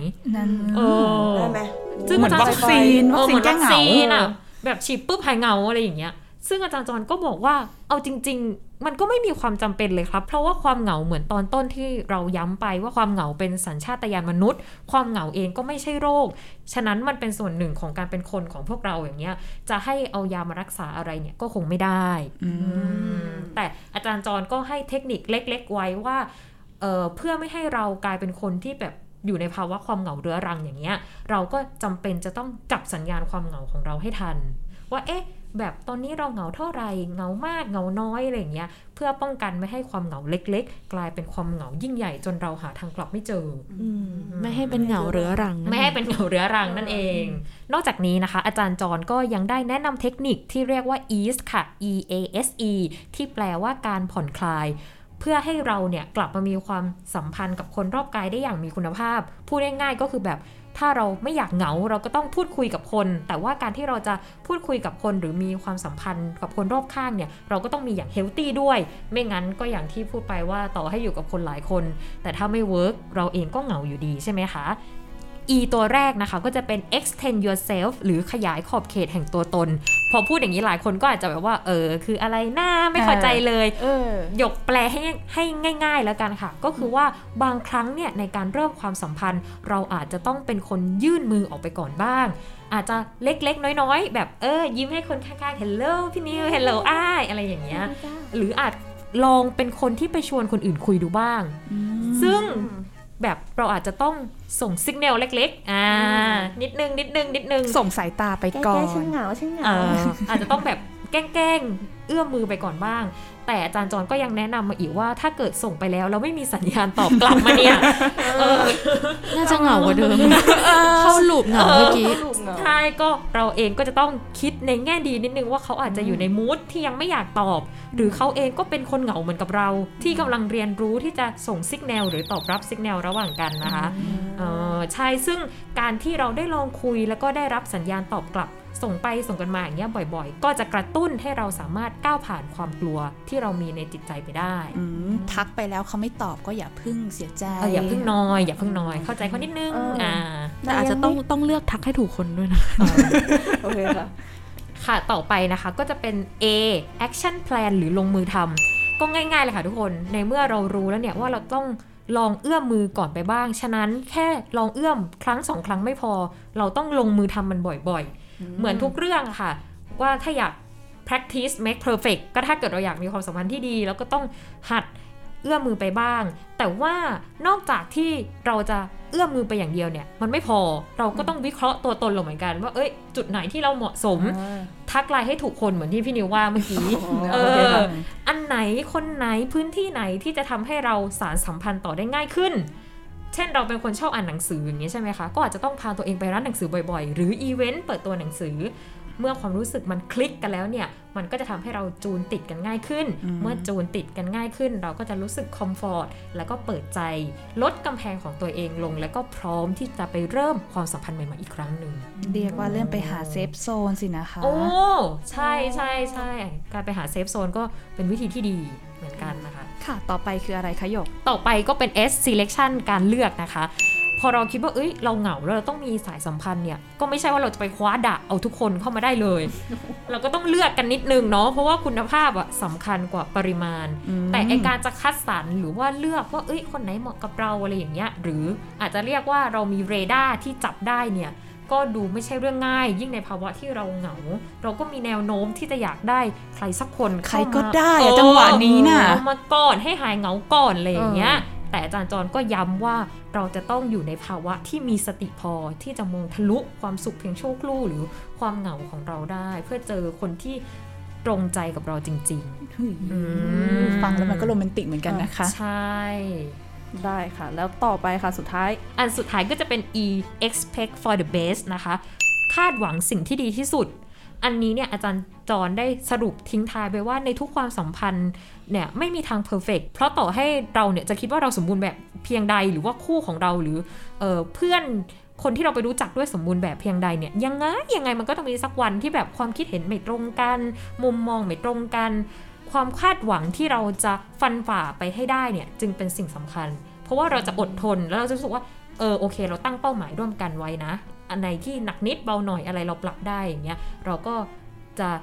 ได้ไหมเหมือนวัคซีนแก้เหงาแบบฉีดปุ๊บหายเหงาอะไรอย่างเงี้ยซึ่งอาจารย์จอนก็บอกว่าเอาจริงๆมันก็ไม่มีความจำเป็นเลยครับเพราะว่าความเหงาเหมือนตอนต้นที่เราย้ำไปว่าความเหงาเป็นสัญชาตญาณมนุษย์ความเหงาเองก็ไม่ใช่โรคฉะนั้นมันเป็นส่วนหนึ่งของการเป็นคนของพวกเราอย่างเงี้ยจะให้เอายามารักษาอะไรเนี่ยก็คงไม่ได้แต่อาจารย์จอนก็ให้เทคนิคเล็กๆไว้ว่าเพื่อไม่ให้เรากลายเป็นคนที่แบบอยู่ในภาวะความเหงาเรื้อรังอย่างเงี้ยเราก็จำเป็นจะต้องจับสัญญาณความเหงาของเราให้ทันว่าเอ๊ะแบบตอนนี้เราเหงาเท่าไหร่เหงามากเหงาน้อยอะไรอย่างเงี้ยเพื่อป้องกันไม่ให้ความเหงาเล็กๆกลายเป็นความเหงายิ่งใหญ่จนเราหาทางกลับไม่เจอไม่ให้เป็นเหงาเรื้อรังไม่ให้เป็นเหงาเรื้อรังนั่นเองนอกจากนี้นะคะอาจารย์จอนก็ยังได้แนะนำเทคนิคที่เรียกว่า ease ค่ะ EASE ที่แปลว่าการผ่อนคลายเพื่อให้เราเนี่ยกลับมามีความสัมพันธ์กับคนรอบกายได้อย่างมีคุณภาพพูดง่ายๆก็คือแบบถ้าเราไม่อยากเหงาเราก็ต้องพูดคุยกับคนแต่ว่าการที่เราจะพูดคุยกับคนหรือมีความสัมพันธ์กับคนรอบข้างเนี่ยเราก็ต้องมีอย่างเฮลตี้ด้วยไม่งั้นก็อย่างที่พูดไปว่าต่อให้อยู่กับคนหลายคนแต่ถ้าไม่เวิร์กเราเองก็เหงาอยู่ดีใช่ไหมคะE ตัวแรกนะคะก็จะเป็น extend yourself หรือขยายขอบเขตแห่งตัวตนพอพูดอย่างนี้หลายคนก็อาจจะแบบว่าคืออะไรน่าไม่เข้าใจเลยยกแปลให้ง่ายๆแล้วกันค่ะก็คือว่าบางครั้งเนี่ยในการเริ่มความสัมพันธ์เราอาจจะต้องเป็นคนยื่นมือออกไปก่อนบ้างอาจจะเล็กๆน้อยๆแบบยิ้มให้คนข้างๆ hello พี่นิว hello อ้ายอะไรอย่างเงี้ยหรืออาจลองเป็นคนที่ไปชวนคนอื่นคุยดูบ้างซึ่งแบบเราอาจจะต้องส่งสัญญาณเล็กๆนิดนึงส่งสายตาไปก่อนฉันเหงาอาจจะต้องแบบแกล้งเอื้อมมือไปก่อนบ้างแต่อาจารย์จอนก็ยังแนะนำมาอีกว่าถ้าเกิดส่งไปแล้วไม่มีสัญญาณตอบกลับมาเนี่ยน่าจะเหงากว่าเดิมเข้าลูปเหงาเมื่อกี้ใช่ก็เราเองก็จะต้องคิดในแง่ดีนิดนึงว่าเขาอาจจะอยู่ในมูดที่ยังไม่อยากตอบหรือเขาเองก็เป็นคนเหงาเหมือนกับเราที่กำลังเรียนรู้ที่จะส่งสัญญาณหรือตอบรับสัญญาณระหว่างกันนะคะใช่ซึ่งการที่เราได้ลองคุยแล้วก็ได้รับสัญญาณตอบกลับส่งไปส่งกันมาอย่างเงี้ยบ่อยๆก็จะกระตุ้นให้เราสามารถก้าวผ่านความกลัวที่เรามีในจิตใจไปได้ทักไปแล้วเขาไม่ตอบก็อย่าพึ่งเสียใจอย่าพึ่งน้อยเข้าใจเขานิดนึงแต่อาจจะต้องเลือกทักให้ถูกคนด้วยนะโอเคค่ะต่อไปนะคะก็จะเป็น A action plan หรือลงมือทำก็ง่ายๆเลยค่ะทุกคนในเมื่อเรารู้แล้วเนี่ยว่าเราต้องลองเอื้อมมือก่อนไปบ้างฉะนั้นแค่ลองเอื้อมครั้ง2ครั้งไม่พอเราต้องลงมือทำมันบ่อยๆเหมือนทุกเรื่องค่ะว่าถ้าอยาก practice make perfect ก็ถ้าเกิดเราอยากมีความสัมพันธ์ที่ดีแล้วก็ต้องหัดเอื้อมมือไปบ้างแต่ว่านอกจากที่เราจะเอื้อมมือไปอย่างเดียวเนี่ยมันไม่พอเราก็ต้องวิเคราะห์ตัวตนเราเหมือนกันว่าจุดไหนที่เราเหมาะสมทักไลน์ให้ถูกคนเหมือนที่พี่นิวว่าเมื่อกี้อันไหนคนไหนพื้นที่ไหนที่จะทำให้เราสานสัมพันธ์ต่อได้ง่ายขึ้นเช่นเราเป็นคนชอบอ่านหนังสืออย่างนี้ใช่ไหมคะก็อาจจะต้องพาตัวเองไปร้านหนังสือบ่อยๆหรืออีเวนต์เปิดตัวหนังสือเมื่อความรู้สึกมันคลิกกันแล้วเนี่ยมันก็จะทำให้เราจูนติดกันง่ายขึ้นเมื่อจูนติดกันง่ายขึ้นเราก็จะรู้สึกคอมฟอร์ตแล้วก็เปิดใจลดกำแพงของตัวเองลงแล้วก็พร้อมที่จะไปเริ่มความสัมพันธ์ใหม่ๆอีกครั้งหนึ่งเรียกว่าเริ่มไปหาเซฟโซนสินะคะโอ้ใช่การไปหาเซฟโซนก็เป็นวิธีที่ดีเหมือนกันนะคะค่ะต่อไปคืออะไรคะหยกต่อไปก็เป็น S selection การเลือกนะคะพอเราคิดว่าเราเหงาแล้วเราต้องมีสายสัมพันธ์เนี่ยก็ไม่ใช่ว่าเราจะไปคว้าดะเอาทุกคนเข้ามาได้เลย เราก็ต้องเลือกกันนิดนึงเนาะเพราะว่าคุณภาพสำคัญกว่าปริมาณแต่การจะคัดสรรหรือว่าเลือกว่าคนไหนเหมาะกับเราอะไรอย่างเงี้ยหรืออาจจะเรียกว่าเรามีเรดาร์ที่จับได้เนี่ยก็ดูไม่ใช่เรื่องง่ายยิ่งในภาวะที่เราเหงาเราก็มีแนวโน้มที่จะอยากได้ใครสักคนใครก็ได้จังหวะนี้น่ะเอามาก่อนให้หายเหงาก่อนอะไรอย่างเงี้ยแต่อาจารย์จอนก็ย้ำว่าเราจะต้องอยู่ในภาวะที่มีสติพอที่จะมองทะลุความสุขเพียงชั่วครู่หรือความเหงาของเราได้เพื่อเจอคนที่ตรงใจกับเราจริงๆฟังแล้วมันก็โรแมนติกเหมือนกันนะคะใช่ได้ค่ะแล้วต่อไปค่ะสุดท้ายก็จะเป็น E expect for the best นะคะคาดหวังสิ่งที่ดีที่สุดอันนี้เนี่ยอาจารย์จอนได้สรุปทิ้งท้ายไปว่าในทุกความสัมพันธ์เนี่ยไม่มีทางเพอร์เฟกต์เพราะต่อให้เราเนี่ยจะคิดว่าเราสมบูรณ์แบบเพียงใดหรือว่าคู่ของเราหรือเพื่อนคนที่เราไปรู้จักด้วยสมบูรณ์แบบเพียงใดเนี่ยยังไงมันก็ต้องมีสักวันที่แบบความคิดเห็นไม่ตรงกันมุมมองไม่ตรงกันความคาดหวังที่เราจะฟันฝ่าไปให้ได้เนี่ยจึงเป็นสิ่งสำคัญเพราะว่าเราจะอดทนแล้วเราจะรู้สึกว่าโอเคเราตั้งเป้าหมายร่วมกันไว้นะอันไหนที่หนักนิดเบาหน่อยอะไรเราปรับได้อย่างเงี้ยเราก็จะ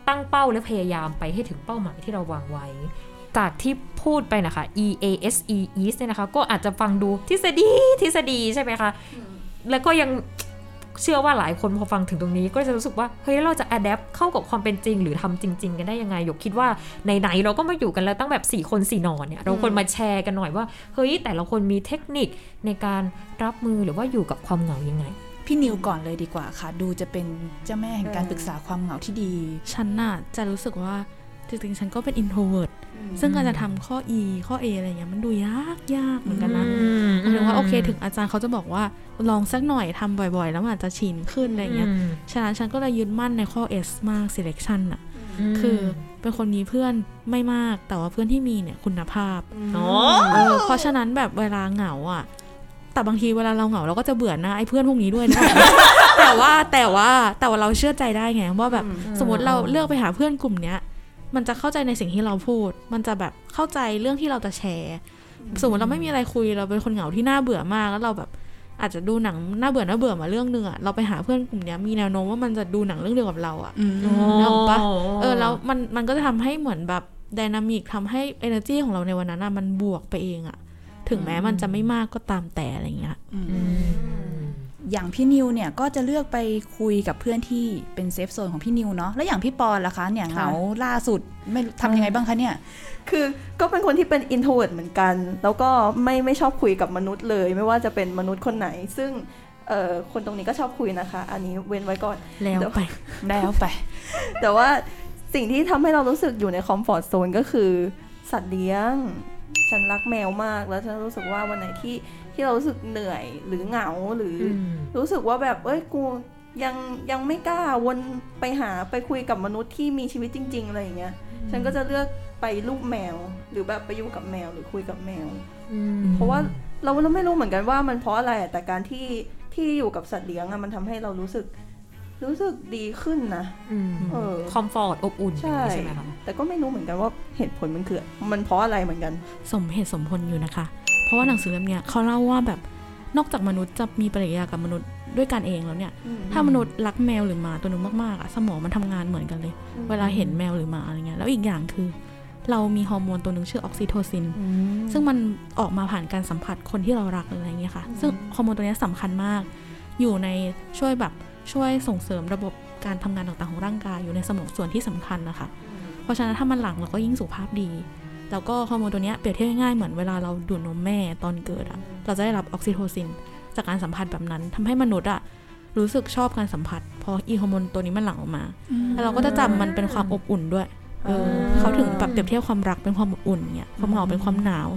ตั้งเป้าและพยายามไปให้ถึงเป้าหมายที่เราวางไว้จากที่พูดไปนะคะ EASE EASE เนี่ยนะคะก็อาจจะฟังดูทฤษฎีใช่ไหมคะแล้วก็ยังเชื่อว่าหลายคนพอฟังถึงตรงนี้ก็จะรู้สึกว่าเฮ้ยเราจะ adapt เข้ากับความเป็นจริงหรือทำจริงๆกันได้ยังไงหยกคิดว่าไหนๆเราก็มาอยู่กันแล้วตั้งแบบ4คน4นอนเนี่ยเราควรมาแชร์กันหน่อยว่าเฮ้ยแต่ละคนมีเทคนิคในการรับมือหรือว่าอยู่กับความเหงายังไงพี่นิวก่อนเลยดีกว่าค่ะดูจะเป็นเจ้าแม่แห่งการปรึกษาความเหงาที่ดีฉันน่ะจะรู้สึกว่าจริงๆฉันก็เป็น introvert ซึ่งการจะทำข้อ E ข้อ A อะไรเงี้ยมันดูยากเหมือนกันนะหมายถึงว่าโอเคถึงอาจารย์เขาจะบอกว่าลองสักหน่อยทำบ่อยๆแล้วมันอาจจะชินขึ้นอะไรเงี้ยฉะนั้นฉันก็เลยยึดมั่นในข้อ S มาก selection น่ะคือเป็นคนมีเพื่อนไม่มากแต่ว่าเพื่อนที่มีเนี่ยคุณภาพเพราะฉะนั้นแบบเวลาเหงาอ่ะแต่บางทีเวลาเราเหงาเราก็จะเบื่อนะไอ้เพื่อนพวกนี้ด้วยนะ แต่ว่าเราเชื่อใจได้ไงว่าแบบสมมติเราเลือกไปหาเพื่อนกลุ่มเนี้ยมันจะเข้าใจในสิ่งที่เราพูดมันจะแบบเข้าใจเรื่องที่เราจะแชร์สมมติเราไม่มีอะไรคุยเราเป็นคนเหงาที่น่าเบื่อมากแล้วเราแบบอาจจะดูหนังน่าเบื่อมาเรื่องนึงอ่ะเราไปหาเพื่อนกลุ่มนี้มีแนวโน้มว่ามันจะดูหนังเรื่องเดียวกับเราอ่ะแล้วปะแล้วมันก็จะทำให้เหมือนแบบไดนามิกทำให้ energy ของเราในวันนั้นมันบวกไปเองอ่ะถึงแม้มันจะไม่มากก็ตามแต่อะไรเงี้ยอย่างพี่นิวเนี่ยก็จะเลือกไปคุยกับเพื่อนที่เป็นเซฟโซนของพี่นิวเนาะแล้วอย่างพี่ปอนล่ะคะเนี่ยเหงาล่าสุดไม่ทำยังไงบ้างคะเนี่ยคือก็เป็นคนที่เป็น introvert เหมือนกันแล้วก็ไม่ชอบคุยกับมนุษย์เลยไม่ว่าจะเป็นมนุษย์คนไหนซึ่งคนตรงนี้ก็ชอบคุยนะคะอันนี้เว้นไว้ก่อนแล้วไปแต่ว่าสิ่งที่ทำให้เรารู้สึกอยู่ในคอมฟอร์ตโซนก็คือสัตว์เลี้ยงฉันรักแมวมากแล้วฉันรู้สึกว่าวันไหนที่เรารู้สึกเหนื่อยหรือเหงาหรือรู้สึกว่าแบบกูยังไม่กล้าวนไปคุยกับมนุษย์ที่มีชีวิตจริงๆอะไรอย่างเงี้ยฉันก็จะเลือกไปรูปแมวหรือแบบไปอยู่กับแมวหรือคุยกับแมวเพราะว่าเราไม่รู้เหมือนกันว่ามันเพราะอะไรแต่การที่อยู่กับสัตว์เลี้ยงมันทำให้เรารู้สึกดีขึ้นนะคอมฟอร์ตอบอุ่นใช่ไหมคะแต่ก็ไม่รู้เหมือนกันว่าเหตุผลมันคือมันเพราะอะไรเหมือนกันสมเหตุสมผลอยู่นะคะเพราะว่าหนังสือเล่มนี้เขาเล่าว่าแบบนอกจากมนุษย์จะมีปฏิกิริยากับมนุษย์ด้วยกันเองแล้วเนี่ยถ้ามนุษย์รักแมวหรือหมาตัวนึงมากๆอะสมองมันทำงานเหมือนกันเลยเวลาเห็นแมวหรือหมาอะไรเงี้ยแล้วอีกอย่างคือเรามีฮอร์โมนตัวนึงชื่อออกซิโทซินซึ่งมันออกมาผ่านการสัมผัสคนที่เรารักอะไรเงี้ยค่ะซึ่งฮอร์โมนตัวนี้สำคัญมากอยู่ในช่วยส่งเสริมระบบการทำงานต่างๆของร่างกายอยู่ในสมองส่วนที่สำคัญนะคะเพราะฉะนั้นถ้ามันหลั่งเราก็ยิ่งสุขภาพดีแล้วก็ฮอร์โมนตัวนี้เปรียบเทียบง่ายๆเหมือนเวลาเราดูดนมแม่ตอนเกิดอะเราจะได้รับออกซิโทซินจากการสัมผัสแบบนั้นทำให้มนุษย์อะรู้สึกชอบการสัมผัสพออีฮอร์โมนตัวนี้มันหลั่งออกมาแล้วเราก็จะจำมันเป็นความอบอุ่นด้วยเขาถึงแบบเปรียบเทียบความรักเป็นความอบอุ่นเนี่ยความเหงาเป็นความหนาว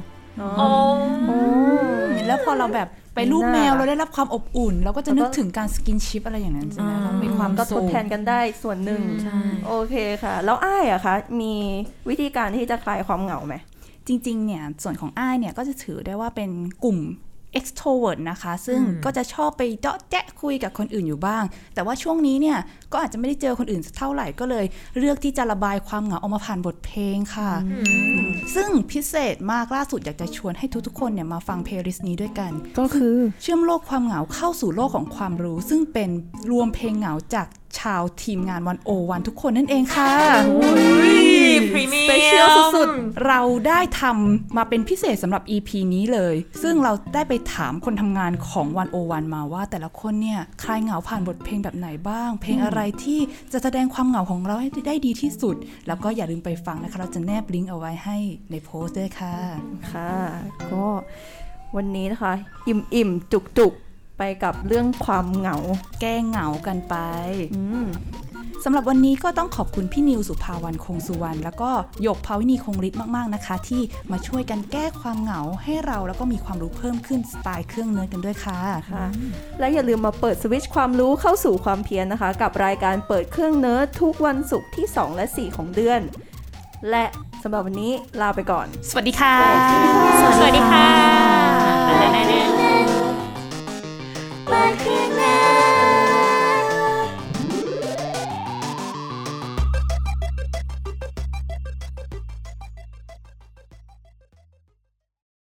แล้วพอเราแบบไปรูปแมวเราได้รับความอบอุ่นเราก็จะนึกถึงการสกินชิปอะไรอย่างนั้นใช่ไหมเรามีความก็ทดแทนกันได้ส่วนหนึ่งโอเคค่ะแล้วอ้ายอะคะมีวิธีการที่จะคลายความเหงาไหมจริงๆเนี่ยส่วนของอ้ายเนี่ยก็จะถือได้ว่าเป็นกลุ่ม extrovert นะคะซึ่งก็จะชอบไปเจาะแจ๊ะคุยกับคนอื่นอยู่บ้างแต่ว่าช่วงนี้เนี่ยก็อาจจะไม่ได้เจอคนอื่นเท่าไหร่ก็เลยเลือกที่จะระบายความเหงาออกมาผ่านบทเพลงค่ะซึ่งพิเศษมากล่าสุดอยากจะชวนให้ทุกๆคนเนี่ยมาฟังเพลย์ลิสต์นี้ด้วยกันก็คือเชื่อมโลกความเหงาเข้าสู่โลกของความรู้ซึ่งเป็นรวมเพลงเหงาจากชาวทีมงาน101ทุกคนนั่นเองค่ะพรีเมียมสุดๆเราได้ทำมาเป็นพิเศษสำหรับ EP นี้เลยซึ่งเราได้ไปถามคนทำงานของ101มาว่าแต่ละคนเนี่ยคลายเหงาผ่านบทเพลงแบบไหนบ้างเพลงอะไรที่จะแสดงความเหงาของเราให้ได้ดีที่สุดแล้วก็อย่าลืมไปฟังนะคะเราจะแนบลิงก์เอาไว้ให้ในโพสต์ด้วยค่ะค่ะก็วันนี้นะคะอิ่มจุกไปกับเรื่องความเหงาแก้เหงากันไปสำหรับวันนี้ก็ต้องขอบคุณพี่นิวสุภาวรรณคงสุวรรณแล้วก็หยกภาวินีคงฤทธิ์มากๆนะคะที่มาช่วยกันแก้ความเหงาให้เราแล้วก็มีความรู้เพิ่มขึ้นสไตล์เครื่องเนิร์ดกันด้วยค่ะและอย่าลืมมาเปิดสวิตช์ความรู้เข้าสู่ความเพียรนะคะกับรายการเปิดเครื่องเนิร์ดทุกวันศุกร์ที่2และ4ของเดือนและสำหรับวันนี้ลาไปก่อนสวัสดีค่ะสวัสดีค่ะ